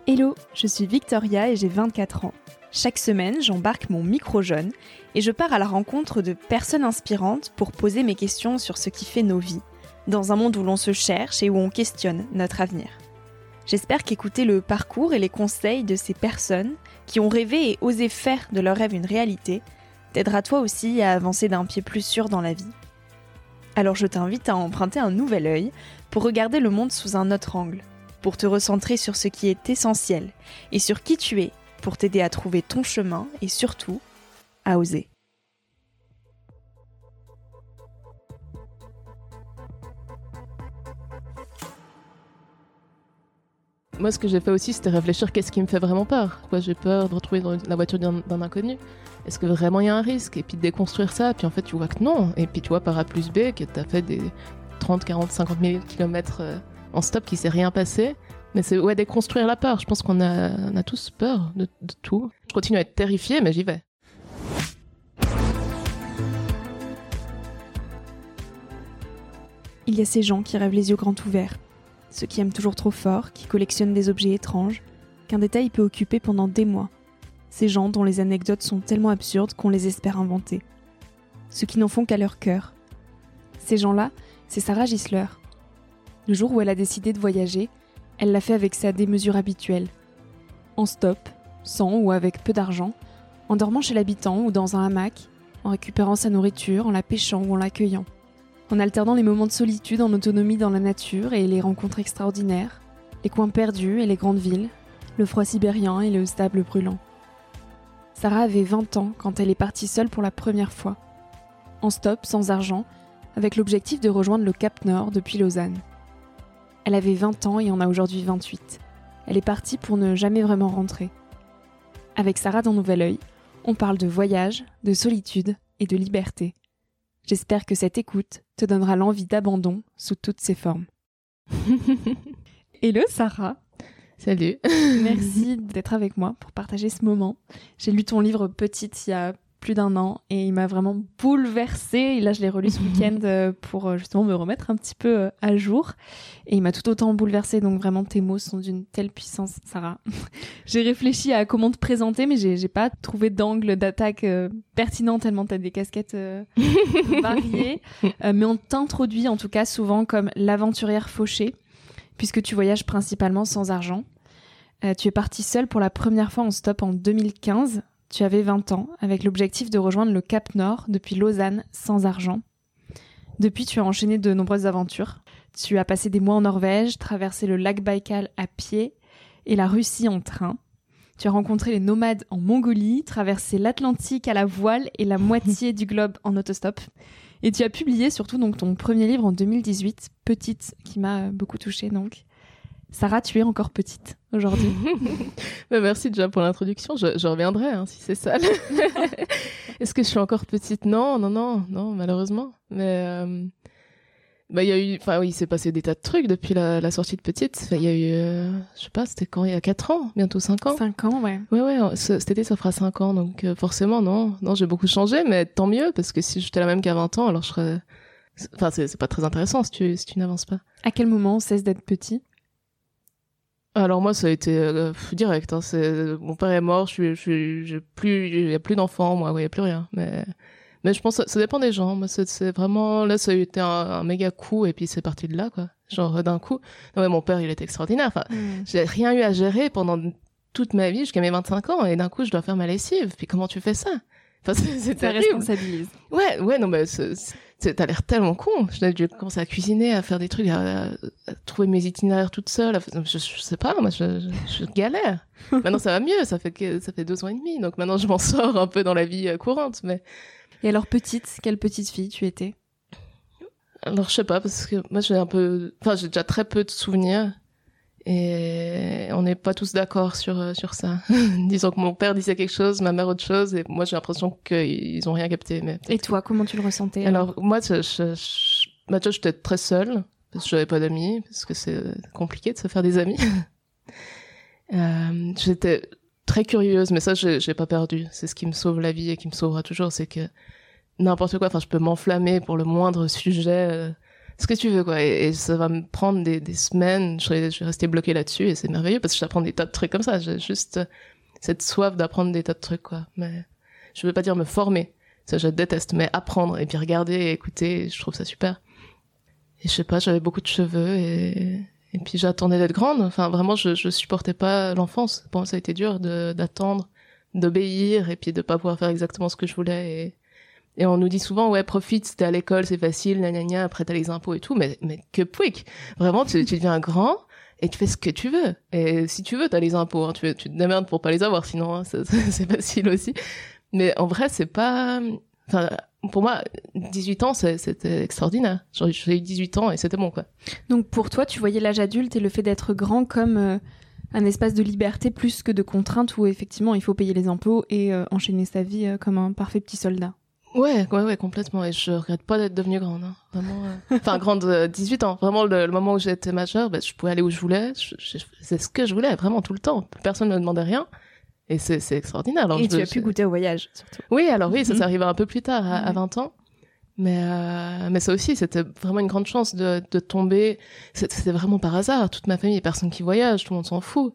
Hello, je suis Victoria et j'ai 24 ans. Chaque semaine, j'embarque mon micro jaune et je pars à la rencontre de personnes inspirantes pour poser mes questions sur ce qui fait nos vies, dans un monde où l'on se cherche et où on questionne notre avenir. J'espère qu'écouter le parcours et les conseils de ces personnes qui ont rêvé et osé faire de leur rêve une réalité t'aidera toi aussi à avancer d'un pied plus sûr dans la vie. Alors je t'invite à emprunter un nouvel œil pour regarder le monde sous un autre angle, pour te recentrer sur ce qui est essentiel et sur qui tu es, pour t'aider à trouver ton chemin et surtout, à oser. Moi, ce que j'ai fait aussi, c'était réfléchir qu'est-ce qui me fait vraiment peur. Pourquoi j'ai peur de retrouver dans la voiture d'un inconnu. Est-ce que vraiment il y a un risque? Et puis de déconstruire ça, puis en fait, tu vois que non. Et puis tu vois par A plus B que tu as fait des 30, 40, 50 000 kilomètres en stop, qui s'est rien passé. Mais c'est déconstruire la peur. Je pense qu'on a tous peur de tout. Je continue à être terrifiée, mais j'y vais. Il y a ces gens qui rêvent les yeux grands ouverts, ceux qui aiment toujours trop fort, qui collectionnent des objets étranges, qu'un détail peut occuper pendant des mois. Ces gens dont les anecdotes sont tellement absurdes qu'on les espère inventer. Ceux qui n'en font qu'à leur cœur. Ces gens-là, c'est Sarah Gisler. Le jour où elle a décidé de voyager, elle l'a fait avec sa démesure habituelle. En stop, sans ou avec peu d'argent, en dormant chez l'habitant ou dans un hamac, en récupérant sa nourriture, en la pêchant ou en l'accueillant. En alternant les moments de solitude en autonomie dans la nature et les rencontres extraordinaires, les coins perdus et les grandes villes, le froid sibérien et le sable brûlant. Sarah avait 20 ans quand elle est partie seule pour la première fois. En stop, sans argent, avec l'objectif de rejoindre le Cap Nord depuis Lausanne. Elle avait 20 ans et en a aujourd'hui 28. Elle est partie pour ne jamais vraiment rentrer. Avec Sarah dans Nouvel Œil, on parle de voyage, de solitude et de liberté. J'espère que cette écoute te donnera l'envie d'abandon sous toutes ses formes. Hello Sarah. Salut. Merci d'être avec moi pour partager ce moment. J'ai lu ton livre Petite il y a plus d'1 an et il m'a vraiment bouleversée. Et là, je l'ai relu ce week-end pour justement me remettre un petit peu à jour. Et il m'a tout autant bouleversée. Donc vraiment, tes mots sont d'une telle puissance, Sarah. J'ai réfléchi à comment te présenter, mais j'ai pas trouvé d'angle d'attaque pertinent tellement t'as des casquettes variées. Mais on t'introduit en tout cas souvent comme l'aventurière fauchée, puisque tu voyages principalement sans argent. Tu es partie seule pour la première fois en stop en 2015. Tu avais 20 ans, avec l'objectif de rejoindre le Cap Nord depuis Lausanne sans argent. Depuis, tu as enchaîné de nombreuses aventures. Tu as passé des mois en Norvège, traversé le lac Baïkal à pied et la Russie en train. Tu as rencontré les nomades en Mongolie, traversé l'Atlantique à la voile et la moitié du globe en autostop. Et tu as publié surtout donc ton premier livre en 2018, Petite, qui m'a beaucoup touchée donc. Sarah, tu es encore petite aujourd'hui. Merci déjà pour l'introduction. Je reviendrai si c'est ça. Est-ce que je suis encore petite? Non, malheureusement. Mais il y a eu, il s'est passé des tas de trucs depuis la sortie de Petite. Il y a eu, je sais pas, c'était quand? Il y a 4 ans, bientôt 5 ans. 5 ans, ouais. Ouais, cet été ça fera 5 ans, donc forcément non, j'ai beaucoup changé, mais tant mieux parce que si j'étais la même qu'à 20 ans, alors je serais. Enfin, c'est pas très intéressant si tu n'avances pas. À quel moment on cesse d'être petit? Alors moi ça a été direct. Mon père est mort, il y a plus d'enfants, moi, il y a plus rien. Mais je pense que ça dépend des gens. Moi c'est vraiment là ça a été un méga coup et puis c'est parti de là quoi. Genre d'un coup. Non mais mon père il était extraordinaire. Enfin, j'ai rien eu à gérer pendant toute ma vie jusqu'à mes 25 ans et d'un coup je dois faire ma lessive. Puis comment tu fais ça? Enfin, c'est terrible. Ça responsabilise. Ouais, non, mais t'as l'air tellement con. J'ai dû commencer à cuisiner, à faire des trucs, à trouver mes itinéraires toute seule. Je sais pas, moi, je galère. Maintenant, ça va mieux. Ça fait 2 ans et demi. Donc maintenant, je m'en sors un peu dans la vie courante, mais. Et alors, quelle petite fille tu étais? Alors, je sais pas, parce que moi, j'ai déjà très peu de souvenirs. Et on n'est pas tous d'accord sur ça. Disons que mon père disait quelque chose, ma mère autre chose, et moi j'ai l'impression qu'ils ont rien capté. Mais et toi, comment tu le ressentais? Alors moi, j'étais très seule, parce que j'avais pas d'amis, parce que c'est compliqué de se faire des amis. J'étais très curieuse, mais ça j'ai pas perdu. C'est ce qui me sauve la vie et qui me sauvera toujours, c'est que n'importe quoi, je peux m'enflammer pour le moindre sujet. ce que tu veux, quoi. Et ça va me prendre des semaines. Je vais rester bloquée là-dessus et c'est merveilleux parce que j'apprends des tas de trucs comme ça. J'ai juste cette soif d'apprendre des tas de trucs, quoi. Mais je veux pas dire me former. Ça, je déteste. Mais apprendre et puis regarder et écouter, je trouve ça super. Et je sais pas, j'avais beaucoup de cheveux et puis j'attendais d'être grande. Enfin, vraiment, je supportais pas l'enfance. Pour moi, ça a été dur d'attendre, d'obéir et puis de pas pouvoir faire exactement ce que je voulais. Et on nous dit souvent, ouais, profite, t'es à l'école, c'est facile, gna, après t'as les impôts et tout, mais que pouic. Vraiment, tu deviens grand et tu fais ce que tu veux. Et si tu veux, t'as les impôts, hein, tu te démerdes pour pas les avoir, sinon, hein, c'est facile aussi. Mais en vrai, c'est pas, enfin, pour moi, 18 ans, c'était extraordinaire. Genre, j'ai eu 18 ans et c'était bon, quoi. Donc pour toi, tu voyais l'âge adulte et le fait d'être grand comme un espace de liberté plus que de contrainte où effectivement il faut payer les impôts et enchaîner sa vie comme un parfait petit soldat. Ouais, complètement. Et je regrette pas d'être devenue grande, hein. Vraiment. Enfin, grande, 18 ans. Vraiment, le moment où j'étais majeure, je pouvais aller où je voulais. C'est ce que je voulais, vraiment, tout le temps. Personne ne me demandait rien. Et c'est extraordinaire. Alors, et tu as pu goûter au voyage, surtout. Oui, alors oui, ça arrivait un peu plus tard, à 20 ans. Mais ça aussi, c'était vraiment une grande chance de tomber. C'était vraiment par hasard. Toute ma famille, il y a personne qui voyage, tout le monde s'en fout.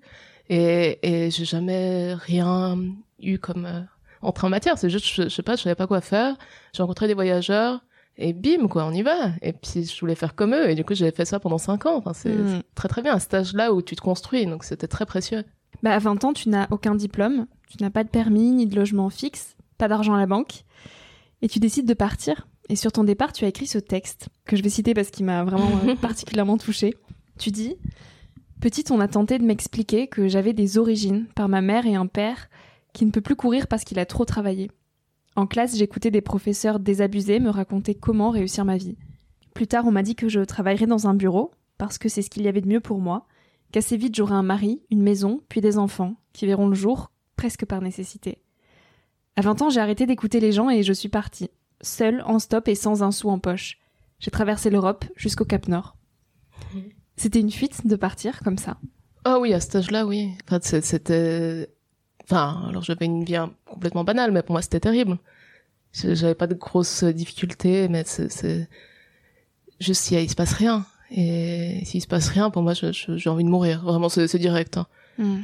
Et j'ai jamais rien eu comme entrée en matière. C'est juste, je sais pas, je savais pas quoi faire. J'ai rencontré des voyageurs et bim, quoi, on y va. Et puis je voulais faire comme eux. Et du coup, j'avais fait ça pendant 5 ans. Enfin, c'est très très bien, un stage là où tu te construis. Donc c'était très précieux. À 20 ans, tu n'as aucun diplôme, tu n'as pas de permis ni de logement fixe, pas d'argent à la banque, et tu décides de partir. Et sur ton départ, tu as écrit ce texte, que je vais citer parce qu'il m'a vraiment particulièrement touchée. Tu dis « Petite, on a tenté de m'expliquer que j'avais des origines par ma mère et un père qui ne peut plus courir parce qu'il a trop travaillé. En classe, j'écoutais des professeurs désabusés me raconter comment réussir ma vie. Plus tard, on m'a dit que je travaillerais dans un bureau, parce que c'est ce qu'il y avait de mieux pour moi, qu'assez vite j'aurai un mari, une maison, puis des enfants, qui verront le jour, presque par nécessité. À 20 ans, j'ai arrêté d'écouter les gens et je suis partie, seule, en stop et sans un sou en poche. J'ai traversé l'Europe jusqu'au Cap Nord. » C'était une fuite de partir comme ça? Ah oui, à cet âge-là, oui. Enfin, c'était... Enfin, alors j'avais une vie complètement banale, mais pour moi c'était terrible. J'avais pas de grosses difficultés, mais c'est... Juste, il se passe rien. Et s'il se passe rien, pour moi, j'ai envie de mourir. Vraiment, c'est direct. Hein.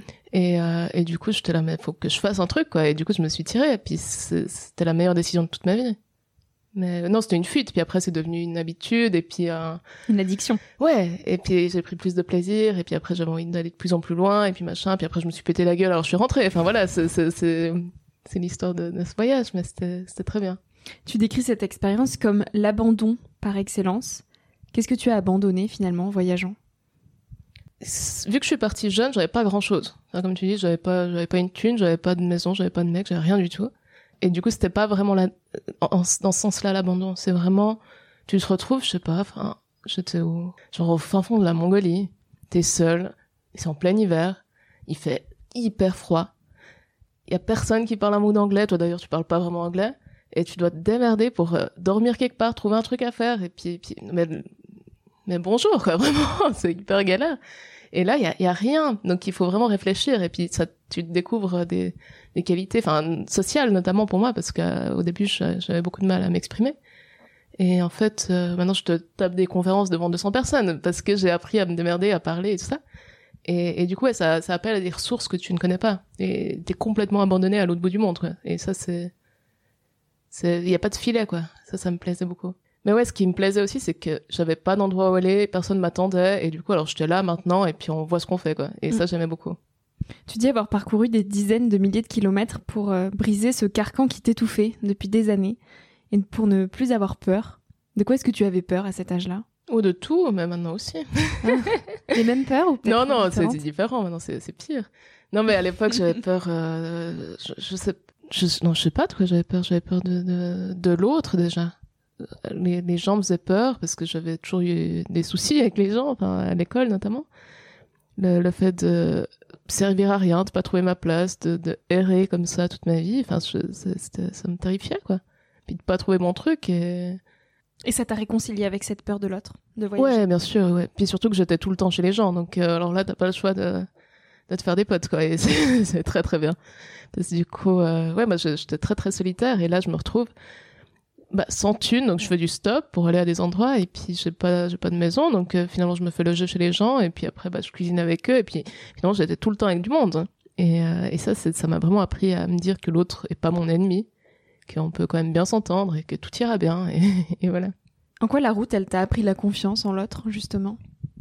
Et du coup, j'étais là, mais faut que je fasse un truc, quoi. Et du coup, je me suis tirée. Et puis, c'était la meilleure décision de toute ma vie. Mais non, c'était une fuite. Puis après, c'est devenu une habitude. Et puis... Une addiction. Ouais. Et puis, j'ai pris plus de plaisir. Et puis après, j'avais envie d'aller de plus en plus loin. Et puis machin. Puis après, je me suis pété la gueule. Alors, je suis rentrée. Enfin, voilà, c'est l'histoire de ce voyage. Mais c'était très bien. Tu décris cette expérience comme l'abandon par excellence. Qu'est-ce que tu as abandonné finalement en voyageant? Vu que je suis partie jeune, j'avais pas grand-chose. Enfin, comme tu dis, j'avais pas une thune, j'avais pas de maison, j'avais pas de mec, j'avais rien du tout. Et du coup, c'était pas vraiment dans ce sens-là l'abandon. C'est vraiment, tu te retrouves, je sais pas, enfin, j'étais où? Genre au fin fond de la Mongolie. T'es seul, c'est en plein hiver, il fait hyper froid. Il y a personne qui parle un mot d'anglais. Toi d'ailleurs, tu parles pas vraiment anglais. Et tu dois te démerder pour dormir quelque part, trouver un truc à faire. Et puis mais bonjour, quoi, vraiment, c'est hyper galère. Et là, il y a rien. Donc, il faut vraiment réfléchir. Et puis, tu découvres des qualités, enfin, sociales, notamment pour moi, parce qu'au début, j'avais beaucoup de mal à m'exprimer. Et en fait, maintenant, je te tape des conférences devant 200 personnes, parce que j'ai appris à me démerder, à parler et tout ça. Et du coup, ouais, ça appelle à des ressources que tu ne connais pas. Et t'es complètement abandonné à l'autre bout du monde, quoi. Et ça, il y a pas de filet, quoi. Ça me plaisait beaucoup. Mais ouais, ce qui me plaisait aussi, c'est que j'avais pas d'endroit où aller, personne m'attendait, et du coup, alors j'étais là maintenant, et puis on voit ce qu'on fait, quoi. Et ça, j'aimais beaucoup. Tu dis avoir parcouru des dizaines de milliers de kilomètres pour briser ce carcan qui t'étouffait depuis des années, et pour ne plus avoir peur. De quoi est-ce que tu avais peur à cet âge-là? Oh, de tout, mais maintenant aussi. Les mêmes peurs ou peut-être Non, c'est différent, maintenant c'est pire. Non, mais à l'époque, j'avais peur, je sais pas de quoi j'avais peur. J'avais peur de l'autre, déjà. Les gens me faisaient peur parce que j'avais toujours eu des soucis avec les gens, enfin, à l'école notamment. Le fait de servir à rien, de pas trouver ma place, de errer comme ça toute ma vie, enfin, ça me terrifiait, quoi. Puis de pas trouver mon truc et ça t'a réconcilié avec cette peur de l'autre, de voyager? Ouais, bien sûr, ouais. Puis surtout que j'étais tout le temps chez les gens, donc alors là, t'as pas le choix de te faire des potes, quoi. Et c'est très très bien. Parce que du coup, ouais, moi j'étais très très solitaire et là je me retrouve sans thune, donc je fais du stop pour aller à des endroits, et puis j'ai pas de maison, donc finalement je me fais loger chez les gens, et puis après je cuisine avec eux, et puis finalement j'étais tout le temps avec du monde, hein. Et ça m'a vraiment appris à me dire que l'autre est pas mon ennemi, qu'on peut quand même bien s'entendre et que tout ira bien, et voilà. En quoi la route, elle t'a appris la confiance en l'autre, justement?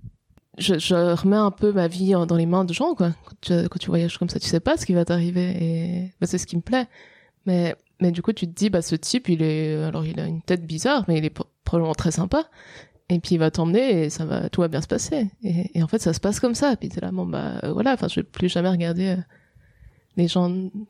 Je remets un peu ma vie dans les mains de gens, quoi. Quand tu voyages comme ça, tu sais pas ce qui va t'arriver, et c'est ce qui me plaît. Mais du coup, tu te dis, ce type, il a une tête bizarre, mais il est probablement très sympa. Et puis il va t'emmener et tout va bien se passer. Et en fait, ça se passe comme ça. Puis t'es là, voilà, enfin, je vais plus jamais regarder les gens,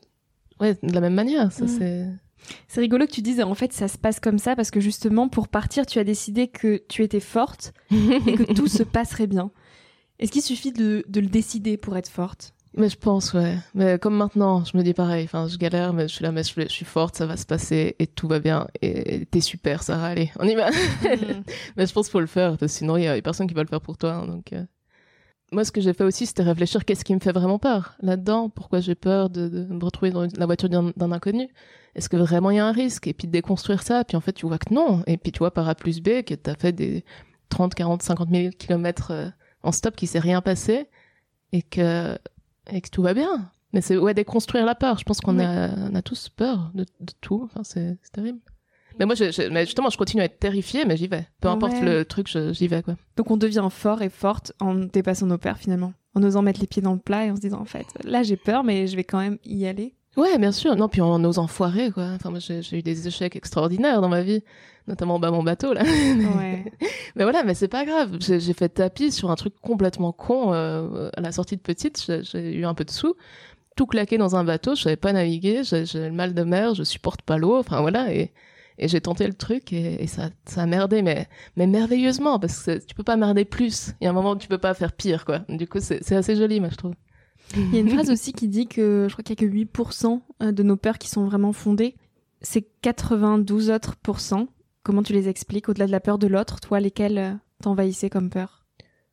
de la même manière. Ça, C'est rigolo que tu dises, en fait, ça se passe comme ça parce que justement, pour partir, tu as décidé que tu étais forte et que tout se passerait bien. Est-ce qu'il suffit de le décider pour être forte? Mais je pense, ouais. Mais comme maintenant, je me dis pareil. Enfin, je galère, mais je suis là, mais je suis forte, ça va se passer et tout va bien. Et t'es super, Sarah, allez, on y va. Mais je pense qu'il faut le faire, parce que sinon, il y a personne qui va le faire pour toi. Hein, donc, moi, ce que j'ai fait aussi, c'était réfléchir qu'est-ce qui me fait vraiment peur là-dedans. Pourquoi j'ai peur de me retrouver dans la voiture d'un inconnu? Est-ce que vraiment il y a un risque? Et puis de déconstruire ça, puis en fait, tu vois que non. Et puis tu vois par A plus B que t'as fait des 30, 40, 50 000 kilomètres en stop, qui s'est rien passé et que tout va bien. Mais c'est déconstruire la peur. Je pense qu'on a tous peur de tout. Enfin, c'est terrible. Mais moi, mais justement, je continue à être terrifiée, mais j'y vais. Peu importe le truc, j'y vais, quoi. Donc on devient fort et forte en dépassant nos peurs, finalement. En osant mettre les pieds dans le plat et en se disant, en fait, là j'ai peur, mais je vais quand même y aller. Ouais, bien sûr. Non, puis en osant foirer, quoi. Enfin, moi, j'ai eu des échecs extraordinaires dans ma vie. Notamment, mon bateau, là. Ouais. Mais voilà, mais c'est pas grave. J'ai fait tapis sur un truc complètement con, à la sortie de petite. J'ai eu un peu de sous. Tout claqué dans un bateau. Je savais pas naviguer. J'ai le mal de mer. Je supporte pas l'eau. Enfin, voilà. Et j'ai tenté le truc et ça a merdé, mais merveilleusement, parce que tu peux pas merder plus. Il y a un moment où tu peux pas faire pire, quoi. Du coup, c'est assez joli, moi, je trouve. Il y a une phrase aussi qui dit que je crois qu'il y a que 8% de nos peurs qui sont vraiment fondées. C'est 92 autres %. Comment tu les expliques? Au-delà de la peur de l'autre, toi, lesquelles t'envahissaient comme peur?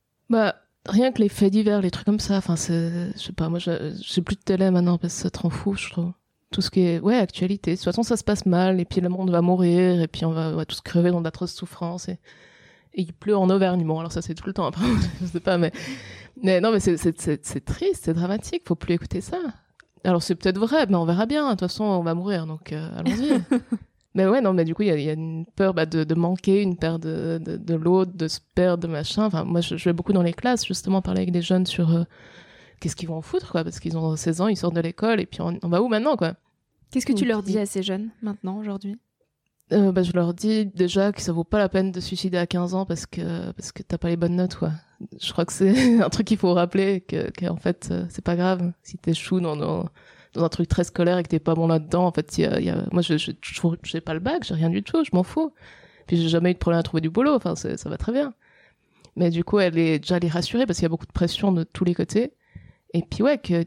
Rien que les faits divers, les trucs comme ça. Enfin, je sais pas, moi, j'ai plus de télé maintenant parce que ça te rend fou, je trouve. Tout ce qui est, actualité. De toute façon, ça se passe mal, et puis le monde va mourir, et puis on va tous crever dans d'atroces souffrances, et il pleut en Auvergne. Bon, alors ça, c'est tout le temps, après, je sais pas, mais non, mais c'est triste, c'est dramatique, faut plus écouter ça. Alors, c'est peut-être vrai, mais on verra bien. De toute façon, on va mourir, donc, allons-y. Mais ouais, non, mais du coup, il y a une peur, de manquer, une peur de l'autre, de se perdre, de machin. Enfin, moi, je vais beaucoup dans les classes, justement, parler avec des jeunes sur, qu'est-ce qu'ils vont en foutre, quoi, parce qu'ils ont 16 ans, ils sortent de l'école, et puis on va où maintenant, quoi? Qu'est-ce que tu leur dis à ces jeunes, maintenant, aujourd'hui? Je leur dis déjà que ça vaut pas la peine de se suicider à 15 ans parce que t'as pas les bonnes notes, quoi. Je crois que c'est un truc qu'il faut rappeler, que en fait, c'est pas grave. Si t'échoues dans un truc très scolaire et que t'es pas bon là-dedans, en fait, moi, j'ai pas le bac, j'ai rien du tout, je m'en fous. Puis j'ai jamais eu de problème à trouver du boulot, enfin, ça va très bien. Mais du coup, elle est déjà les rassurer parce qu'il y a beaucoup de pression de tous les côtés. Et puis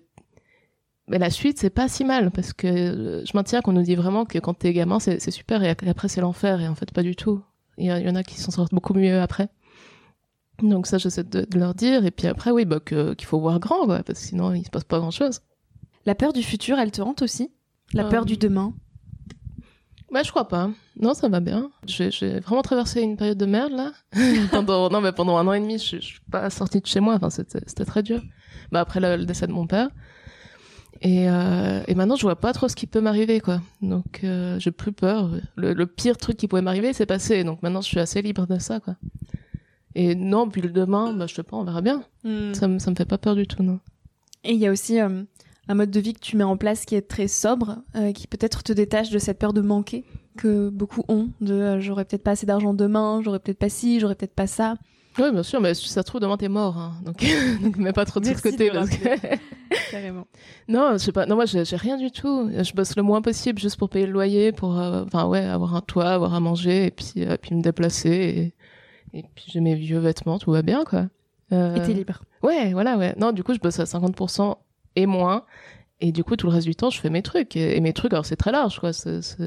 mais la suite, c'est pas si mal, parce que je maintiens qu'on nous dit vraiment que quand t'es gamin, c'est super, et après c'est l'enfer, et en fait pas du tout. Il y en a qui s'en sortent beaucoup mieux après. Donc ça, j'essaie de leur dire, et puis après, qu'il faut voir grand, quoi, parce que sinon il se passe pas grand-chose. La peur du futur, elle te hante aussi? La peur du demain? Je crois pas. Non, ça va bien. J'ai vraiment traversé une période de merde, là. pendant 1 an et demi, je suis pas sortie de chez moi, enfin c'était très dur. Après le décès de mon père. Et maintenant, je vois pas trop ce qui peut m'arriver, quoi. Donc, j'ai plus peur. Le pire truc qui pouvait m'arriver, c'est passé. Donc maintenant, je suis assez libre de ça, quoi. Et non, puis le demain, je sais pas, on verra bien. Ça me fait pas peur du tout, non. Et il y a aussi un mode de vie que tu mets en place qui est très sobre, qui peut-être te détache de cette peur de manquer que beaucoup ont, j'aurais peut-être pas assez d'argent demain, j'aurais peut-être pas ci, j'aurais peut-être pas ça. Oui, bien sûr, mais si ça se trouve, demain t'es mort, hein. Donc mets pas trop de ce côté. Carrément. Non, je sais pas. Non, moi, j'ai rien du tout. Je bosse le moins possible juste pour payer le loyer, pour, avoir un toit, avoir à manger, et puis me déplacer, et puis j'ai mes vieux vêtements, tout va bien, quoi. Et t'es libre. Ouais, voilà, ouais. Non, du coup, je bosse à 50% et moins, et du coup, tout le reste du temps, je fais mes trucs, et mes trucs, alors c'est très large, quoi.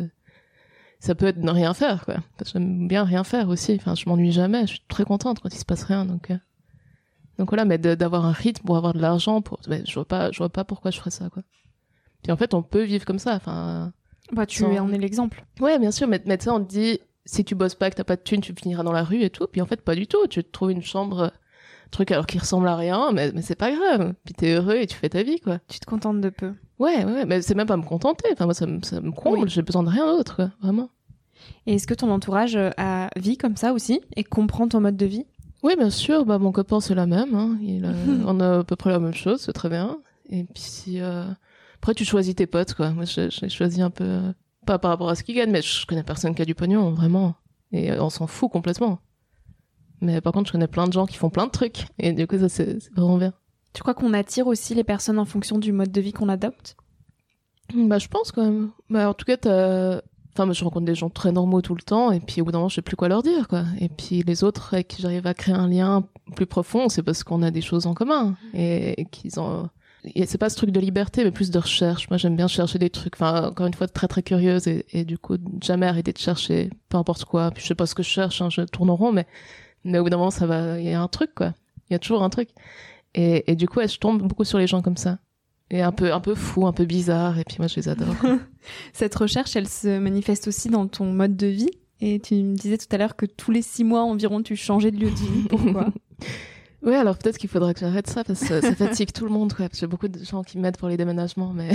Ça peut être ne rien faire, quoi. Parce que j'aime bien rien faire aussi. Enfin, je m'ennuie jamais. Je suis très contente quand il se passe rien. Donc voilà, mais d'avoir un rythme pour avoir de l'argent, je vois pas pourquoi je ferais ça, quoi. Puis en fait, on peut vivre comme ça. Enfin. Bah, tu en es l'exemple. Ouais, bien sûr, mais tu sais, on te dit, si tu bosses pas, que t'as pas de thune, tu finiras dans la rue et tout. Puis en fait, pas du tout. Tu te trouves une chambre, truc alors qui ressemble à rien, mais c'est pas grave. Puis t'es heureux et tu fais ta vie, quoi. Tu te contentes de peu. Ouais, mais c'est même pas me contenter. Enfin, moi, ça me comble. Oui. J'ai besoin de rien d'autre, quoi. Vraiment. Et est-ce que ton entourage vit comme ça aussi et comprend ton mode de vie? Oui, bien sûr. Bah, mon copain, c'est la même. Hein. On a à peu près la même chose, c'est très bien. Et puis, après, tu choisis tes potes, quoi. Moi, j'ai choisi un peu, pas par rapport à ce qu'ils gagnent, mais je connais personne qui a du pognon, vraiment. Et on s'en fout complètement. Mais par contre, je connais plein de gens qui font plein de trucs. Et du coup, ça, c'est vraiment bien. Tu crois qu'on attire aussi les personnes en fonction du mode de vie qu'on adopte? Bah, je pense quand même. Bah, en tout cas, enfin, moi, je rencontre des gens très normaux tout le temps, et puis au bout d'un moment, je sais plus quoi leur dire, quoi. Et puis les autres avec qui j'arrive à créer un lien plus profond, c'est parce qu'on a des choses en commun. Et qu'ils ont... Et c'est pas ce truc de liberté, mais plus de recherche. Moi, j'aime bien chercher des trucs. Enfin, encore une fois, très très curieuse, et du coup, jamais arrêter de chercher, peu importe quoi. Puis je sais pas ce que je cherche, hein, je tourne en rond, mais au bout d'un moment, ça va, il y a un truc, quoi. Il y a toujours un truc. Et du coup, je tombe beaucoup sur les gens comme ça. Et un peu fou, un peu bizarre, et puis moi, je les adore. Cette recherche, elle se manifeste aussi dans ton mode de vie. Et tu me disais tout à l'heure que tous les 6 mois environ, tu changeais de lieu de vie. Pourquoi? Ouais, alors peut-être qu'il faudra que j'arrête ça, parce que ça fatigue tout le monde, quoi. J'ai beaucoup de gens qui m'aident pour les déménagements, mais...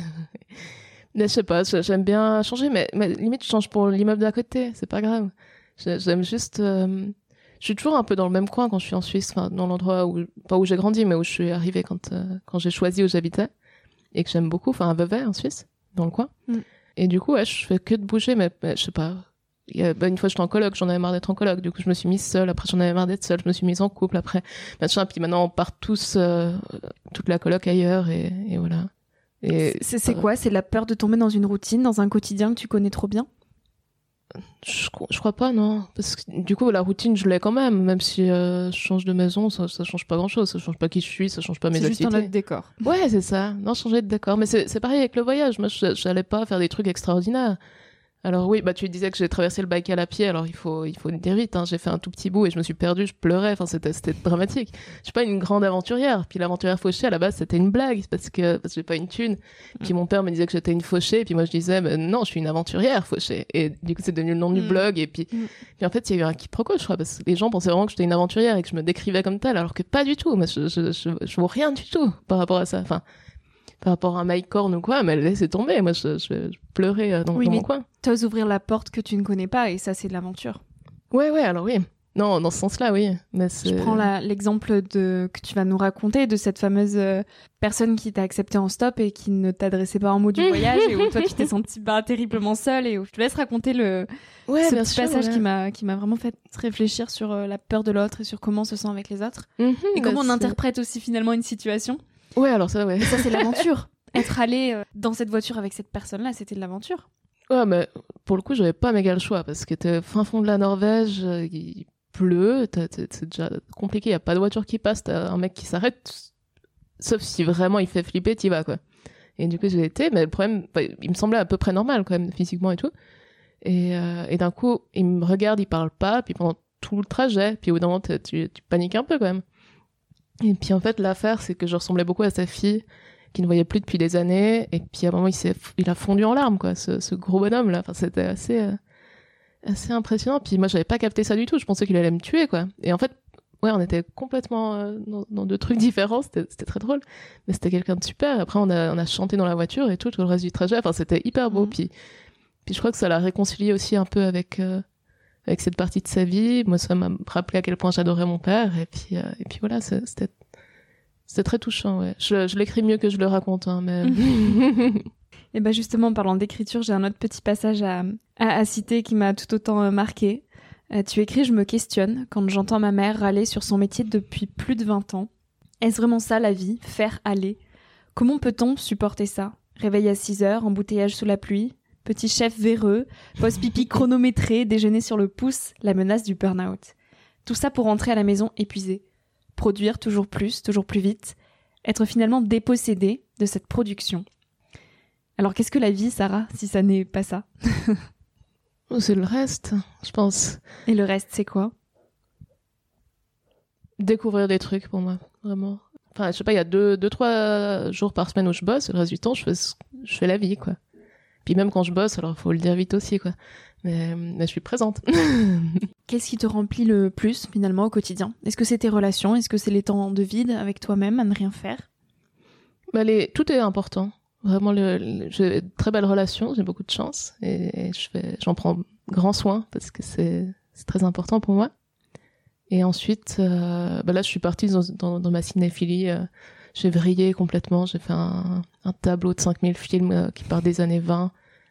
mais je sais pas, j'aime bien changer, mais limite, je change pour l'immeuble d'à côté, c'est pas grave. J'aime juste... Je suis toujours un peu dans le même coin quand je suis en Suisse, enfin, dans l'endroit où, pas où j'ai grandi, mais où je suis arrivée quand j'ai choisi où j'habitais, et que j'aime beaucoup, enfin, à Vevey, en Suisse, dans le coin. Mm. Et du coup, ouais, je fais que de bouger, mais je sais pas. Une fois, j'étais en coloc, j'en avais marre d'être en coloc, du coup, je me suis mise seule, après, j'en avais marre d'être seule, je me suis mise en couple, après, machin, puis maintenant, on part tous, toute la coloc ailleurs, et voilà. Et c'est quoi? C'est la peur de tomber dans une routine, dans un quotidien que tu connais trop bien? Je crois pas, non. Parce que du coup, la routine, je l'ai quand même si je change de maison, ça change pas grand-chose. Ça change pas qui je suis, ça change pas mes activités. C'est juste un autre décor. Ouais, c'est ça. Non, changer de décor. Mais c'est pareil avec le voyage. Moi, j'allais pas faire des trucs extraordinaires. Alors oui, bah tu disais que j'ai traversé le Baïkal à pied, alors il faut dire vite, hein. J'ai fait un tout petit bout et je me suis perdue, je pleurais, enfin c'était dramatique. Je suis pas une grande aventurière, puis l'aventurière fauchée à la base c'était une blague parce que j'ai pas une thune. Puis mon père me disait que j'étais une fauchée, et puis moi je disais non, je suis une aventurière fauchée. Et du coup c'est devenu le nom du blog, et puis en fait il y a eu un quiproquo, je crois, parce que les gens pensaient vraiment que j'étais une aventurière et que je me décrivais comme telle, alors que pas du tout. Moi je vaux rien du tout par rapport à ça. Enfin, par rapport à Mike Horn ou quoi, mais laissez tomber. Moi, je pleurais dans mon coin. T'oses ouvrir la porte que tu ne connais pas, et ça, c'est de l'aventure. Ouais, alors oui. Non, dans ce sens-là, oui. Mais je prends l'exemple que tu vas nous raconter de cette fameuse personne qui t'a accepté en stop et qui ne t'adressait pas un mot du voyage, et où toi, tu t'es sentie terriblement seule, et où je te laisse raconter ce petit passage qui m'a vraiment fait réfléchir sur la peur de l'autre et sur comment on se sent avec les autres. Et comment on interprète aussi finalement une situation. Ouais, alors ça, ouais. Et ça, c'est l'aventure. Être allé dans cette voiture avec cette personne-là, c'était de l'aventure. Ouais, mais pour le coup, j'avais pas méga le choix, parce que t'es fin fond de la Norvège, il pleut, c'est déjà compliqué, y a pas de voiture qui passe, t'as un mec qui s'arrête, sauf si vraiment il fait flipper, t'y vas, quoi. Et du coup, j'ai été, mais le problème, il me semblait à peu près normal, quand même, physiquement et tout. Et d'un coup, il me regarde, il parle pas, puis pendant tout le trajet, puis au bout d'un moment, tu paniques un peu, quand même. Et puis en fait, l'affaire, c'est que je ressemblais beaucoup à sa fille, qui ne voyait plus depuis des années, et puis à un moment, il a fondu en larmes, quoi, ce gros bonhomme là. Enfin, c'était assez impressionnant. Puis moi, j'avais pas capté ça du tout. Je pensais qu'il allait me tuer, quoi. Et en fait, ouais, on était complètement dans deux trucs différents. C'était très drôle, mais c'était quelqu'un de super. Après, on a chanté dans la voiture et tout le reste du trajet. Enfin, c'était hyper beau. Puis je crois que ça l'a réconcilié aussi un peu avec cette partie de sa vie. Moi, ça m'a rappelé à quel point j'adorais mon père. Et puis voilà, c'était très touchant, ouais. Je l'écris mieux que je le raconte, hein, mais... Et ben justement, en parlant d'écriture, j'ai un autre petit passage à citer qui m'a tout autant marqué. Tu écris « Je me questionne quand j'entends ma mère râler sur son métier depuis plus de 20 ans. Est-ce vraiment ça la vie ? Faire aller ? Comment peut-on supporter ça ? Réveil à 6 heures, embouteillage sous la pluie, petit chef véreux, pause pipi chronométré, déjeuner sur le pouce, la menace du burn-out. Tout ça pour rentrer à la maison épuisé. Produire toujours plus vite, être finalement dépossédé de cette production. Alors qu'est-ce que la vie, Sarah, si ça n'est pas ça ? C'est le reste, je pense. Et le reste, c'est quoi ? Découvrir des trucs pour moi, vraiment. Enfin, je sais pas, il y a 2-3 jours par semaine où je bosse, et le reste du temps, je fais la vie, quoi. Puis même quand je bosse, alors faut le dire vite aussi, quoi. Mais je suis présente. Qu'est-ce qui te remplit le plus, finalement, au quotidien ? Est-ce que c'est tes relations ? Est-ce que c'est les temps de vide avec toi-même, à ne rien faire ? Tout est important. Vraiment, j'ai de très belles relations, j'ai beaucoup de chance. Et j'en prends grand soin parce que c'est très important pour moi. Et ensuite, là, je suis partie dans ma cinéphilie. J'ai vrillé complètement. J'ai fait un tableau de 5000 films qui part des années 20.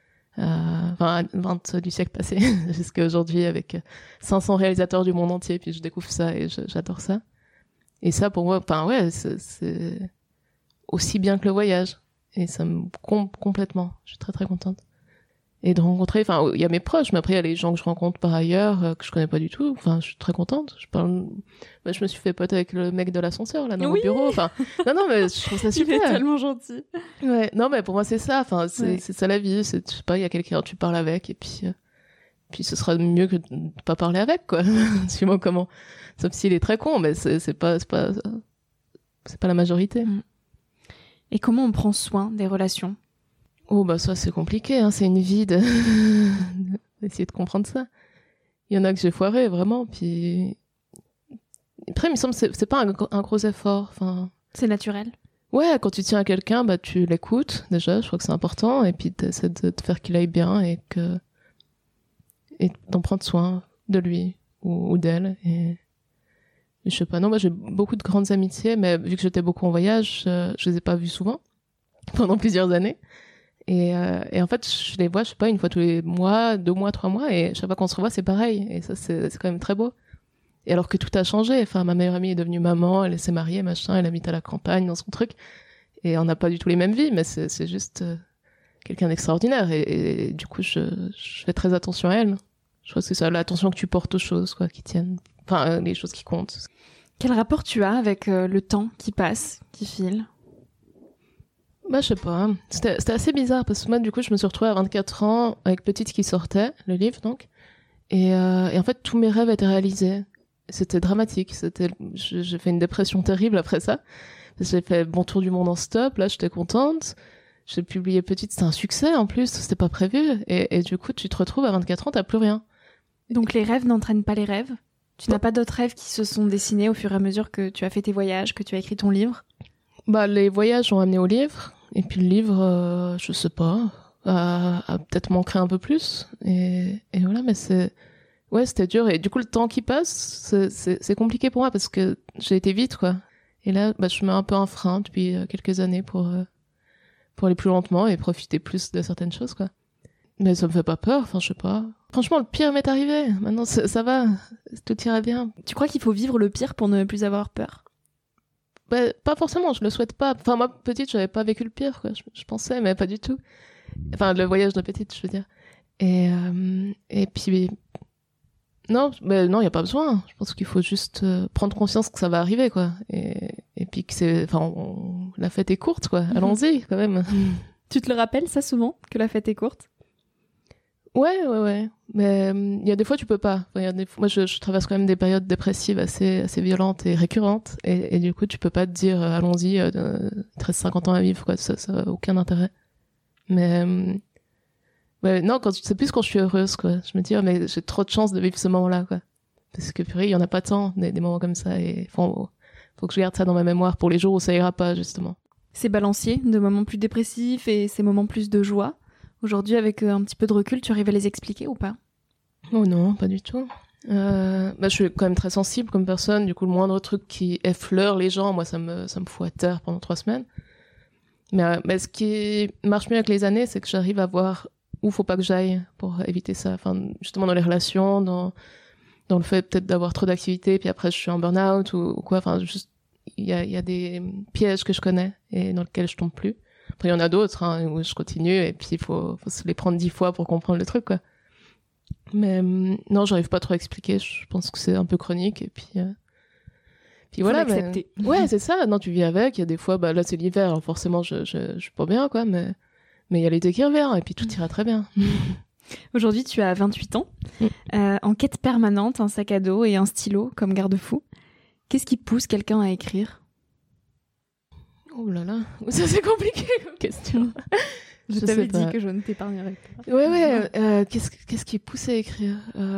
20 du siècle passé jusqu'à aujourd'hui avec 500 réalisateurs du monde entier, puis je découvre ça et j'adore ça. Et ça, pour moi, c'est aussi bien que le voyage. Et ça me comble complètement. Je suis très très contente. Et de rencontrer, il y a mes proches, mais après il y a les gens que je rencontre par ailleurs, que je connais pas du tout. Je suis très contente. Je me suis fait pote avec le mec de l'ascenseur, là, dans mon bureau. Non, mais je trouve ça super. Il est tellement gentil. Ouais, non, mais pour moi, c'est ça. C'est ça la vie. Je sais pas, il y a quelqu'un, tu parles avec, et puis ce sera mieux que de pas parler avec, quoi. Suis-moi comment. Sauf s'il est très con, mais c'est pas la majorité. Et comment on prend soin des relations ? Oh, ça, c'est compliqué, hein. C'est une vie d'essayer de comprendre ça. Il y en a que j'ai foiré, vraiment, puis après, il me semble que c'est pas un gros effort, C'est naturel. Ouais, quand tu tiens à quelqu'un, tu l'écoutes, déjà, je crois que c'est important, et puis t'essaies de te faire qu'il aille bien, et d'en prendre soin de lui, ou d'elle, et je sais pas, non, moi j'ai beaucoup de grandes amitiés, mais vu que j'étais beaucoup en voyage, je les ai pas vues souvent, pendant plusieurs années. Et en fait, je les vois, je sais pas, une fois tous les mois, 2 mois, 3 mois, et chaque fois qu'on se revoit, c'est pareil. Et ça, c'est quand même très beau. Et alors que tout a changé. Ma meilleure amie est devenue maman, elle s'est mariée, machin, elle habite à la campagne, dans son truc. Et on n'a pas du tout les mêmes vies, mais c'est juste quelqu'un d'extraordinaire. Et du coup, je fais très attention à elle. Je crois que c'est ça, l'attention que tu portes aux choses, quoi, qui tiennent. Les choses qui comptent. Quel rapport tu as avec le temps qui passe, qui file ? Je sais pas. C'était assez bizarre parce que moi, du coup, je me suis retrouvée à 24 ans avec Petite qui sortait, le livre, donc. Et en fait, tous mes rêves étaient réalisés. C'était dramatique. J'ai fait une dépression terrible après ça. J'ai fait bon tour du monde en stop. Là, j'étais contente. J'ai publié Petite. C'était un succès, en plus. C'était pas prévu. Et du coup, tu te retrouves à 24 ans, t'as plus rien. Donc, les rêves n'entraînent pas les rêves ? Tu n'as pas d'autres rêves qui se sont dessinés au fur et à mesure que tu as fait tes voyages, que tu as écrit ton livre ? Les voyages ont amené au livre. Et puis le livre, je sais pas, a peut-être manqué un peu plus. Et voilà, mais c'était dur. Et du coup, le temps qui passe, c'est compliqué pour moi parce que j'ai été vite, quoi. Et là, je mets un peu un frein depuis quelques années pour aller plus lentement et profiter plus de certaines choses, quoi. Mais ça me fait pas peur, je sais pas. Franchement, le pire m'est arrivé. Maintenant, ça va, tout ira bien. Tu crois qu'il faut vivre le pire pour ne plus avoir peur ? Pas forcément, je le souhaite pas. Moi, petite, j'avais pas vécu le pire, quoi. Je pensais, mais pas du tout. Le voyage de Petite, je veux dire. Et puis, non, y a pas besoin. Je pense qu'il faut juste prendre conscience que ça va arriver, quoi. Et puis que la fête est courte, quoi. Allons-y, quand même. Tu te le rappelles, ça, souvent, que la fête est courte ? Ouais. Mais il y a des fois, tu peux pas. Moi, je traverse quand même des périodes dépressives assez violentes et récurrentes. Et du coup, tu peux pas te dire, allons-y, 13-50 ans à vivre, quoi. Ça a aucun intérêt. Mais, non, c'est plus quand je suis heureuse, quoi. Je me dis, mais j'ai trop de chance de vivre ce moment-là, quoi. Parce que purée, il y en a pas tant, des moments comme ça. Et faut que je garde ça dans ma mémoire pour les jours où ça ira pas, justement. Ces balanciers de moments plus dépressifs et ces moments plus de joie. Aujourd'hui, avec un petit peu de recul, tu arrives à les expliquer ou pas ? Oh non, pas du tout. Je suis quand même très sensible comme personne. Du coup, le moindre truc qui effleure les gens, moi, ça me fout à terre pendant 3 semaines. Mais ce qui marche mieux avec les années, c'est que j'arrive à voir où faut pas que j'aille pour éviter ça. Justement, dans les relations, dans le fait peut-être d'avoir trop d'activités, puis après, je suis en burn-out ou quoi. Juste, il y a des pièges que je connais et dans lesquels je tombe plus. Après, il y en a d'autres, où je continue, et puis il faut se les prendre 10 fois pour comprendre le truc, quoi. Mais non, j'arrive pas trop à expliquer. Je pense que c'est un peu chronique, et puis voilà. L'accepter. Ouais, c'est ça. Non, tu vis avec. Il y a des fois, là, c'est l'hiver, alors forcément, je suis pas bien, quoi, mais il y a l'été qui revient, et puis tout ira très bien. Aujourd'hui, tu as 28 ans, en quête permanente, un sac à dos et un stylo comme garde-fou. Qu'est-ce qui pousse quelqu'un à écrire ? Oh là là, ça c'est compliqué comme question. Je t'avais dit que je ne t'épargnerais pas. Ouais. Qu'est-ce qui pousse à écrire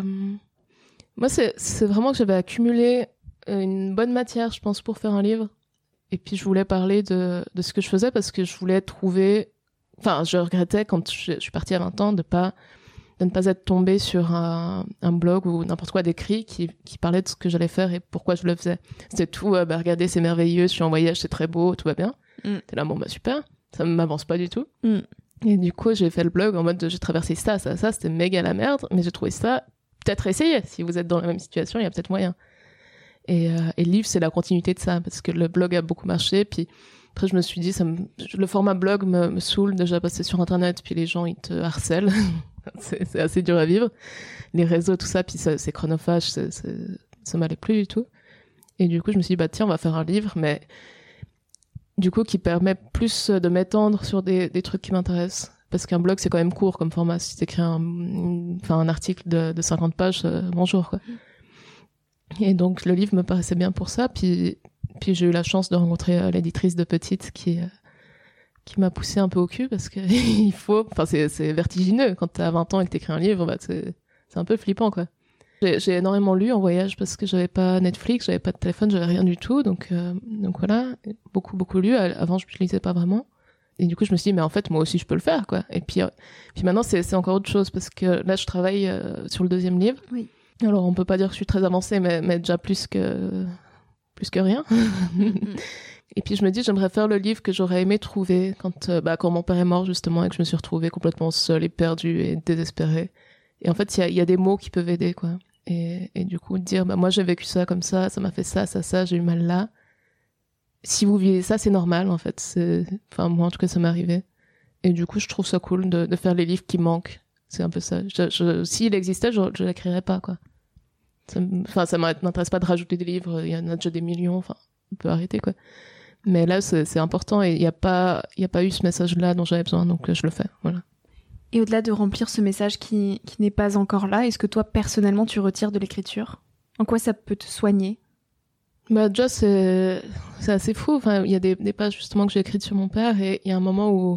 Moi, c'est vraiment que j'avais accumulé une bonne matière, je pense, pour faire un livre. Et puis, je voulais parler de ce que je faisais parce que je voulais trouver... Enfin, je regrettais quand je suis partie à 20 ans de ne pas être tombée sur un blog ou n'importe quoi d'écrit qui parlait de ce que j'allais faire et pourquoi je le faisais. C'était tout, regardez, c'est merveilleux, je suis en voyage, c'est très beau, tout va bien. T'es là, bon, super, ça ne m'avance pas du tout. Et du coup, j'ai fait le blog en mode, j'ai traversé ça, c'était méga la merde, mais j'ai trouvé ça, peut-être essayer. Si vous êtes dans la même situation, il y a peut-être moyen. Et le livre, c'est la continuité de ça, parce que le blog a beaucoup marché, puis après, je me suis dit, le format blog me saoule déjà parce que c'est sur Internet, puis les gens, ils te harcèlent. c'est assez dur à vivre. Les réseaux, tout ça, puis c'est chronophage, ça m'allait plus du tout. Et du coup, je me suis dit, tiens, on va faire un livre, mais du coup, qui permet plus de m'étendre sur des trucs qui m'intéressent. Parce qu'un blog, c'est quand même court comme format. Si t'écris un article de 50 pages, bonjour, quoi. Et donc, le livre me paraissait bien pour ça, puis j'ai eu la chance de rencontrer l'éditrice de Petite qui m'a poussé un peu au cul parce que c'est vertigineux quand t'as 20 ans et que t'écris un livre, c'est un peu flippant, quoi. J'ai énormément lu en voyage parce que j'avais pas Netflix, j'avais pas de téléphone, j'avais rien du tout, donc voilà, beaucoup lu. Avant, je lisais pas vraiment. Et du coup, je me suis dit, mais en fait, moi aussi, je peux le faire, quoi. Et puis maintenant, c'est encore autre chose parce que là, je travaille sur le 2e livre. Oui. Alors, on peut pas dire que je suis très avancée, mais déjà plus que rien. Et puis je me dis, j'aimerais faire le livre que j'aurais aimé trouver quand mon père est mort, justement, et que je me suis retrouvée complètement seule et perdue et désespérée. Et en fait, il y a des mots qui peuvent aider, quoi. Et du coup, dire, moi j'ai vécu ça comme ça m'a fait ça, j'ai eu mal là. Si vous vivez ça, c'est normal, en fait. Enfin, moi, en tout cas, ça m'est arrivé. Et du coup, je trouve ça cool de faire les livres qui manquent. C'est un peu ça. S'il existait, je l'écrirais pas, quoi. Ça m'intéresse pas de rajouter des livres, il y en a déjà des millions, enfin, on peut arrêter, quoi. Mais là, c'est important et il y a pas eu ce message-là dont j'avais besoin, donc je le fais, voilà. Et au-delà de remplir ce message qui n'est pas encore là, est-ce que toi, personnellement, tu retires de l'écriture ? En quoi ça peut te soigner ? Déjà, c'est assez fou. Enfin, il y a des pages, justement, que j'ai écrites sur mon père et il y a un moment où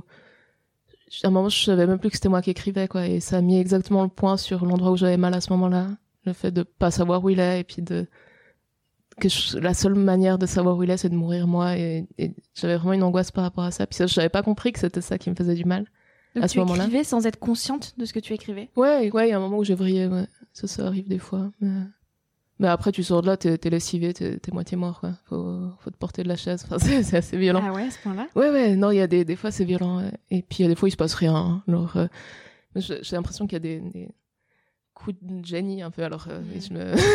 je savais même plus que c'était moi qui écrivais, quoi. Et ça a mis exactement le point sur l'endroit où j'avais mal à ce moment-là. Le fait de pas savoir où il est et puis la seule manière de savoir où il est, c'est de mourir moi et j'avais vraiment une angoisse par rapport à ça. Puis ça, j'avais pas compris que c'était ça qui me faisait du mal. Donc à ce moment-là. Tu écrivais sans être consciente de ce que tu écrivais ? Ouais, il y a un moment où j'ai vrillé, ouais. Ça arrive des fois. Mais après, tu sors de là, t'es lessivé, t'es moitié mort, quoi. Faut te porter de la chaise. Enfin, c'est assez violent. Ah ouais, à ce point-là ? Ouais, non, il y a des fois, c'est violent. Ouais. Et puis, il y a des fois, il se passe rien. Hein. Alors, j'ai l'impression qu'il y a des coups de génie, un peu. Alors, je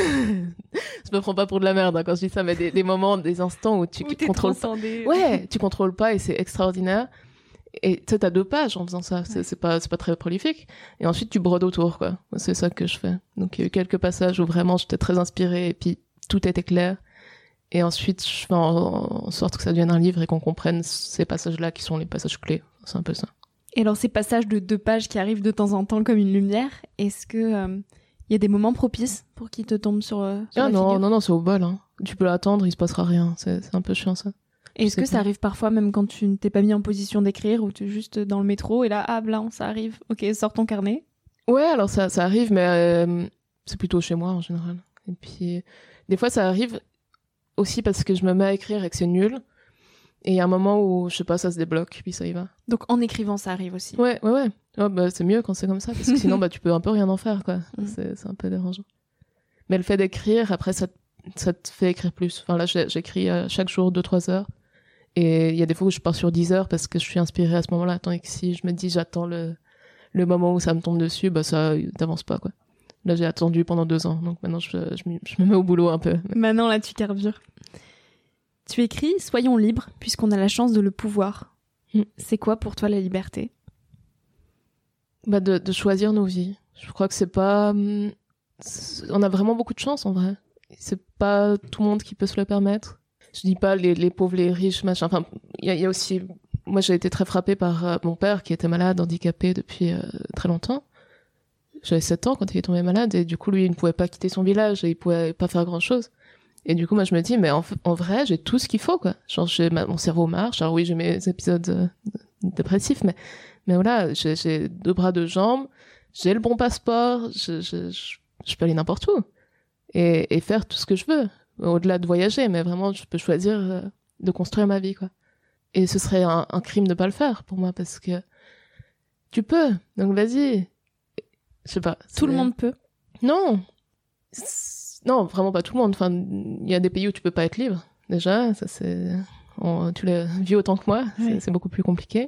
me prends pas pour de la merde, hein, quand je dis ça, mais des moments, des instants où tu contrôles pas. Ouais, tu contrôles pas et c'est extraordinaire. Et tu sais, t'as 2 pages en faisant ça. C'est pas très prolifique. Et ensuite, tu brodes autour, quoi. C'est ça que je fais. Donc, il y a eu quelques passages où vraiment j'étais très inspirée et puis tout était clair. Et ensuite, je fais en sorte que ça devienne un livre et qu'on comprenne ces passages-là qui sont les passages clés. C'est un peu ça. Et alors, ces passages de 2 pages qui arrivent de temps en temps comme une lumière, est-ce que y a des moments propices pour qu'ils te tombent sur la figure ? Non, c'est au bol. Hein. Tu peux l'attendre, il se passera rien. C'est un peu chiant, ça. Et est-ce que ça arrive parfois, même quand tu ne t'es pas mis en position d'écrire, ou tu es juste dans le métro, et là, blanc, ça arrive. Ok, sors ton carnet. Ouais, alors ça arrive, mais c'est plutôt chez moi, en général. Et puis, des fois, ça arrive aussi parce que je me mets à écrire et que c'est nul. Et il y a un moment où, je sais pas, ça se débloque, puis ça y va. Donc, en écrivant, ça arrive aussi. Ouais. C'est mieux quand c'est comme ça, parce que sinon, tu peux un peu rien en faire, quoi. C'est un peu dérangeant. Mais le fait d'écrire, après, ça te fait écrire plus. Enfin, là, j'écris chaque jour 2-3 heures. Et il y a des fois où je pars sur 10 heures parce que je suis inspirée à ce moment-là. Tandis que si je me dis, j'attends le moment où ça me tombe dessus, ça t'avance pas, quoi. Là, j'ai attendu pendant 2 ans. Donc maintenant, je me mets au boulot un peu. Maintenant, là, tu carbures. Tu écris « Soyons libres, puisqu'on a la chance de le pouvoir ». C'est quoi pour toi la liberté ? De choisir nos vies. Je crois que c'est pas... On a vraiment beaucoup de chance, en vrai. C'est pas tout le monde qui peut se le permettre. Je dis pas les pauvres, les riches, machin. Enfin, il y a aussi... Moi, j'ai été très frappée par mon père qui était malade, handicapé depuis très longtemps. J'avais 7 ans quand il est tombé malade et du coup, lui, il ne pouvait pas quitter son village et il pouvait pas faire grand-chose. Et du coup, moi, je me dis, mais en vrai, j'ai tout ce qu'il faut, quoi. Genre, mon cerveau marche. Alors oui, j'ai mes épisodes dépressifs, Mais voilà, j'ai 2 bras, 2 jambes, j'ai le bon passeport, je peux aller n'importe où et faire tout ce que je veux, au-delà de voyager, mais vraiment, je peux choisir de construire ma vie, quoi. Et ce serait un crime de pas le faire pour moi, parce que tu peux, donc vas-y. Je sais pas. Tout le monde peut? Non. Non, vraiment pas tout le monde. Enfin, il y a des pays où tu peux pas être libre. Déjà, ça c'est... tu l'as vu autant que moi, oui. C'est beaucoup plus compliqué.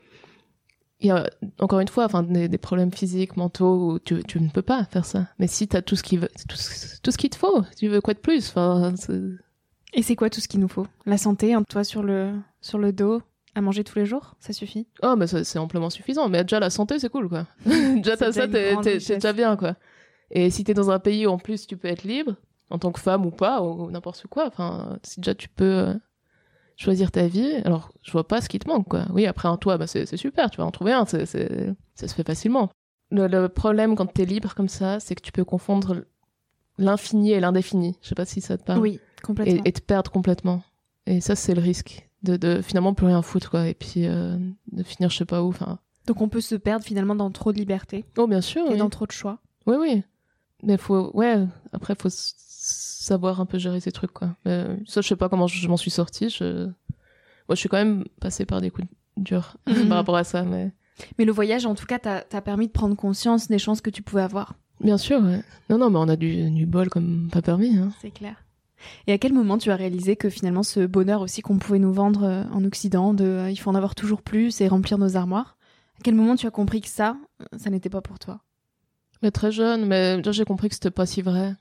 Il y a, encore une fois, enfin, des problèmes physiques, mentaux, où tu ne peux pas faire ça. Mais si t'as tout ce qu'il te faut, tu veux quoi de plus? Enfin, et c'est quoi tout ce qu'il nous faut? La santé, hein, toi sur le dos, à manger tous les jours, ça suffit? Oh, mais c'est amplement suffisant. Mais déjà, la santé, c'est cool, quoi. Déjà, t'as ça, t'es déjà bien, quoi. Et si t'es dans un pays où, en plus, tu peux être libre, en tant que femme ou pas, ou n'importe quoi, enfin, si déjà tu peux choisir ta vie, alors je vois pas ce qui te manque, quoi. Oui, après un toit, bah, c'est super, tu vas en trouver un, ça se fait facilement. Le problème quand t'es libre comme ça, c'est que tu peux confondre l'infini et l'indéfini. Je sais pas si ça te parle. Oui, complètement. Et te perdre complètement. Et ça, c'est le risque de finalement plus rien foutre, quoi. Et puis de finir je sais pas où, enfin. Donc on peut se perdre finalement dans trop de liberté. Oh, bien sûr. Et dans trop de choix. Oui, oui. Mais après, faut savoir un peu gérer ces trucs, quoi. Mais ça, je sais pas comment je m'en suis sortie. Moi, je suis quand même passée par des coups durs par rapport à ça, mais le voyage, en tout cas, t'a permis de prendre conscience des chances que tu pouvais avoir. Bien sûr, ouais. Non, mais on a du bol comme pas permis, hein. C'est clair. Et à quel moment tu as réalisé que finalement, ce bonheur aussi qu'on pouvait nous vendre en Occident, il faut en avoir toujours plus et remplir nos armoires, à quel moment tu as compris que ça n'était pas pour toi? Mais très jeune, mais déjà j'ai compris que c'était pas si vrai.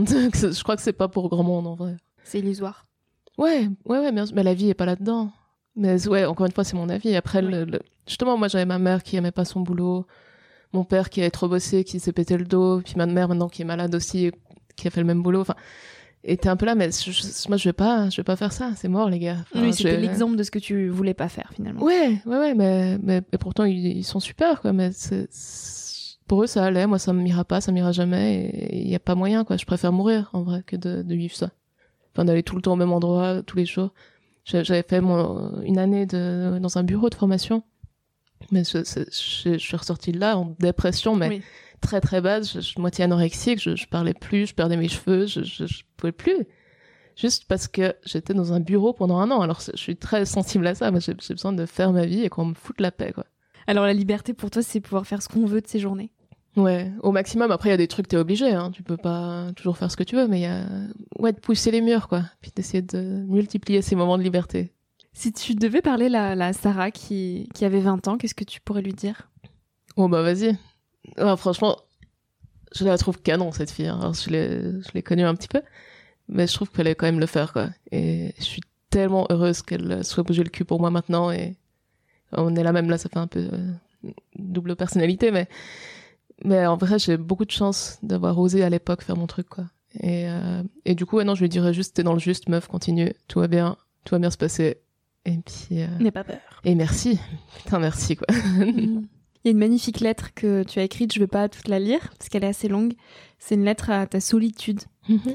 Je crois que c'est pas pour grand monde, en vrai. C'est illusoire. Ouais, bien sûr. Mais la vie est pas là-dedans. Mais ouais, encore une fois, c'est mon avis. Après, justement, moi, j'avais ma mère qui aimait pas son boulot, mon père qui avait trop bossé, qui s'est pété le dos, puis ma mère maintenant qui est malade aussi, qui a fait le même boulot. Enfin, et t'es un peu là, mais moi, je vais pas faire ça. C'est mort, les gars. Enfin, oui, c'était l'exemple de ce que tu voulais pas faire, finalement. Ouais, mais pourtant, ils sont super, quoi. Mais pour eux, ça allait. Moi, ça m'ira pas, ça m'ira jamais. Et il y a pas moyen, quoi. Je préfère mourir, en vrai, que de vivre ça. Enfin, d'aller tout le temps au même endroit, tous les jours. J'avais fait une année dans un bureau de formation. Mais je suis ressortie de là en dépression, mais oui. Très très basse, moitié anorexique, je parlais plus, je perdais mes cheveux, je pouvais plus. Juste parce que j'étais dans un bureau pendant 1 an. Alors je suis très sensible à ça, moi j'ai besoin de faire ma vie et qu'on me foute la paix, quoi. Alors la liberté pour toi, c'est pouvoir faire ce qu'on veut de ses journées? Ouais, au maximum. Après il y a des trucs t'es obligé, hein. Tu peux pas toujours faire ce que tu veux, mais il y a de pousser les murs, quoi. Puis d'essayer de multiplier ces moments de liberté. Si tu devais parler la Sarah qui avait 20 ans, qu'est-ce que tu pourrais lui dire? Oh bah vas-y. Alors, franchement, je la trouve canon, cette fille. Alors, je l'ai connue un petit peu, mais je trouve qu'elle allait quand même le faire, quoi. Et je suis tellement heureuse qu'elle soit bougé le cul pour moi maintenant. Et on est là même là, ça fait un peu double personnalité, mais en vrai, j'ai beaucoup de chance d'avoir osé à l'époque faire mon truc, quoi. Et du coup, ouais, non, je lui dirais juste, t'es dans le juste, meuf, continue, tout va bien se passer. Et puis. N'aie pas peur. Et merci. Putain, merci, quoi. Il y a une magnifique lettre que tu as écrite, je ne vais pas toute la lire, parce qu'elle est assez longue. C'est une lettre à ta solitude.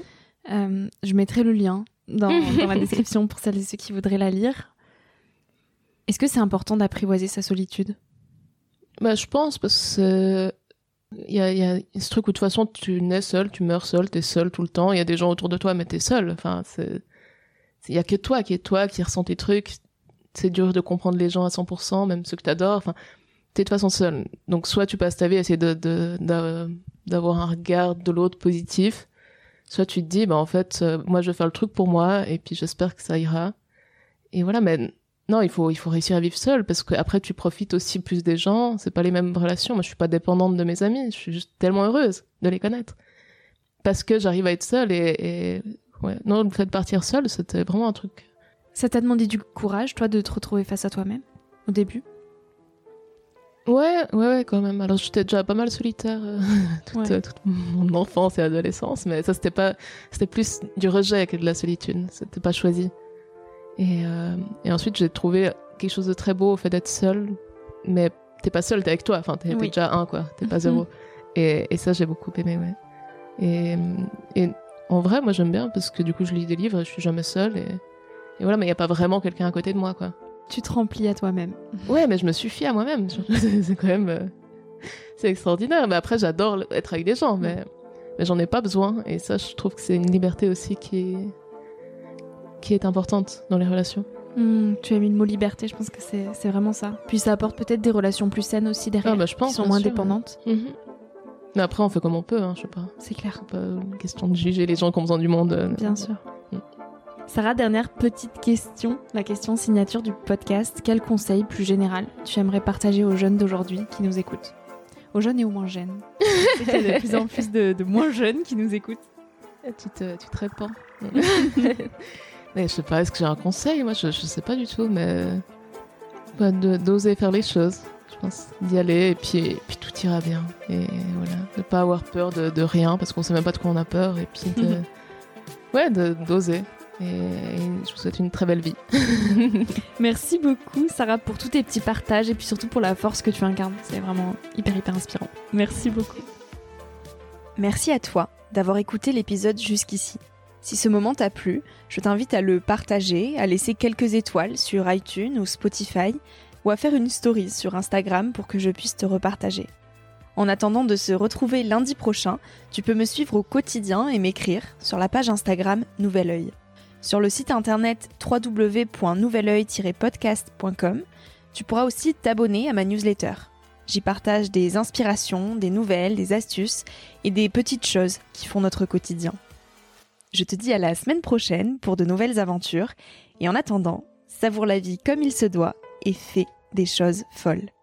Je mettrai le lien dans la description pour celles et ceux qui voudraient la lire. Est-ce que c'est important d'apprivoiser sa solitude? Bah, je pense, parce que il y a ce truc où de toute façon tu nais seul, tu meurs seul, t'es seul tout le temps. Il y a des gens autour de toi, mais t'es seul. Enfin, il y a que toi qui ressens tes trucs. C'est dur de comprendre les gens à 100%, même ceux que t'adores. Enfin, t'es de toute façon seul. Donc, soit tu passes ta vie à essayer d'avoir un regard de l'autre positif, soit tu te dis, bah, en fait, moi, je vais faire le truc pour moi, et puis j'espère que ça ira. Et voilà, mais non, il faut réussir à vivre seul, parce que après tu profites aussi plus des gens, c'est pas les mêmes relations. Moi, je suis pas dépendante de mes amis, je suis juste tellement heureuse de les connaître. Parce que j'arrive à être seule, et ouais. Non, le fait de partir seule, c'était vraiment un truc. Ça t'a demandé du courage, toi, de te retrouver face à toi-même, au début? Ouais, quand même. Alors, j'étais déjà pas mal solitaire toute mon enfance et adolescence, mais ça, c'était plus du rejet que de la solitude. C'était pas choisi. Et ensuite, j'ai trouvé quelque chose de très beau au fait d'être seule, mais t'es pas seule, t'es avec toi. Enfin, t'es déjà un, quoi. T'es pas zéro. Et ça, j'ai beaucoup aimé, ouais. Et en vrai, moi, j'aime bien parce que du coup, je lis des livres et je suis jamais seule et voilà, mais il y a pas vraiment quelqu'un à côté de moi, quoi. Tu te remplis à toi-même. Ouais, mais je me suffis à moi-même. C'est quand même... c'est extraordinaire. Mais après, j'adore être avec des gens, mais j'en ai pas besoin. Et ça, je trouve que c'est une liberté aussi qui est importante dans les relations. Tu as mis le mot liberté, je pense que c'est vraiment ça. Puis ça apporte peut-être des relations plus saines aussi derrière, je pense, qui sont moins dépendantes. Mais après, on fait comme on peut, je sais pas. C'est clair. C'est pas une question de juger les gens qui ont besoin du monde. Bien sûr. Sarah, dernière petite question, la question signature du podcast. Quel conseil plus général tu aimerais partager aux jeunes d'aujourd'hui qui nous écoutent ? Aux jeunes et aux moins jeunes. Je sais qu'il y a de plus en plus de moins jeunes qui nous écoutent. Tu te répands. Mais je sais pas, est-ce que j'ai un conseil ? Moi, je sais pas du tout, mais d'oser faire les choses. Je pense d'y aller et puis tout ira bien. Et voilà, de pas avoir peur de rien parce qu'on sait même pas de quoi on a peur. Et puis d'oser. Et je vous souhaite une très belle vie. Merci beaucoup Sarah pour tous tes petits partages et puis surtout pour la force que tu incarnes. C'est vraiment hyper inspirant. Merci beaucoup. Merci à toi d'avoir écouté l'épisode jusqu'ici. Si ce moment t'a plu, je t'invite à le partager, à laisser quelques étoiles sur iTunes ou Spotify ou à faire une story sur Instagram pour que je puisse te repartager. En attendant de se retrouver lundi prochain, tu peux me suivre au quotidien et m'écrire sur la page Instagram Nouvel Oeil. Sur le site internet www.nouveloeil-podcast.com, tu pourras aussi t'abonner à ma newsletter. J'y partage des inspirations, des nouvelles, des astuces et des petites choses qui font notre quotidien. Je te dis à la semaine prochaine pour de nouvelles aventures et en attendant, savoure la vie comme il se doit et fais des choses folles.